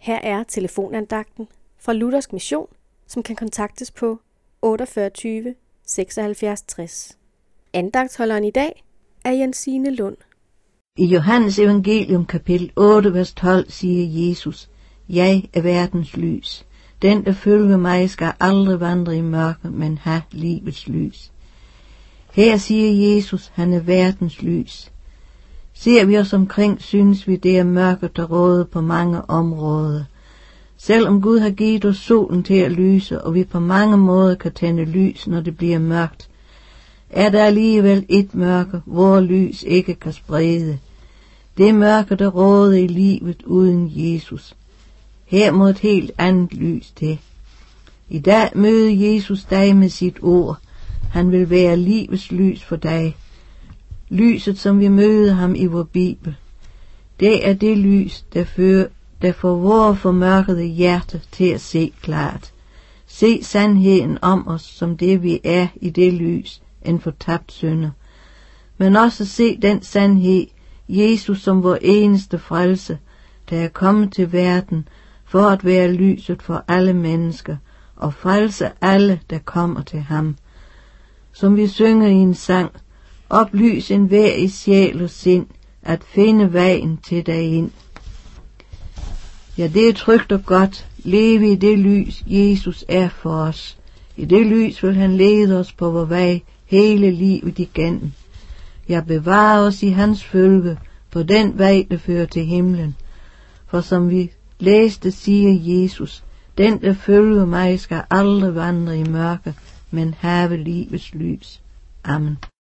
Her er telefonandagten fra Luthersk Mission, som kan kontaktes på 48 76 60. Andagtholderen i dag er Jensine Lund. I Johannes evangelium kapitel 8, vers 12 siger Jesus: Jeg er verdens lys. Den, der følger mig, skal aldrig vandre i mørke, men have livets lys. Her siger Jesus, han er verdens lys. Ser vi os omkring, synes vi, det er mørket, der råder på mange områder. Selvom Gud har givet os solen til at lyse, og vi på mange måder kan tænde lys, når det bliver mørkt, er der alligevel et mørke, hvor lys ikke kan sprede. Det mørke, der råder i livet uden Jesus. Her må et helt andet lys til. I dag møder Jesus dig med sit ord. Han vil være livets lys for dig. Lyset, som vi møder ham i vor Bibel. Det er det lys, der får vores formørkede hjerte til at se klart. Se sandheden om os, som det vi er i det lys, en fortabt synder. Men også se den sandhed, Jesus som vor eneste frelse, der er kommet til verden, for at være lyset for alle mennesker, og frelse alle, der kommer til ham. Som vi synger i en sang: oplys enhver i sjæl og sind, at finde vejen til dig ind. Ja, det er trygt og godt, leve i det lys, Jesus er for os. I det lys vil han lede os på vor vej hele livet igennem. Ja, bevare os i hans følge på den vej, der fører til himlen. For som vi læste, siger Jesus: den, der følger mig, skal aldrig vandre i mørke, men have livets lys. Amen.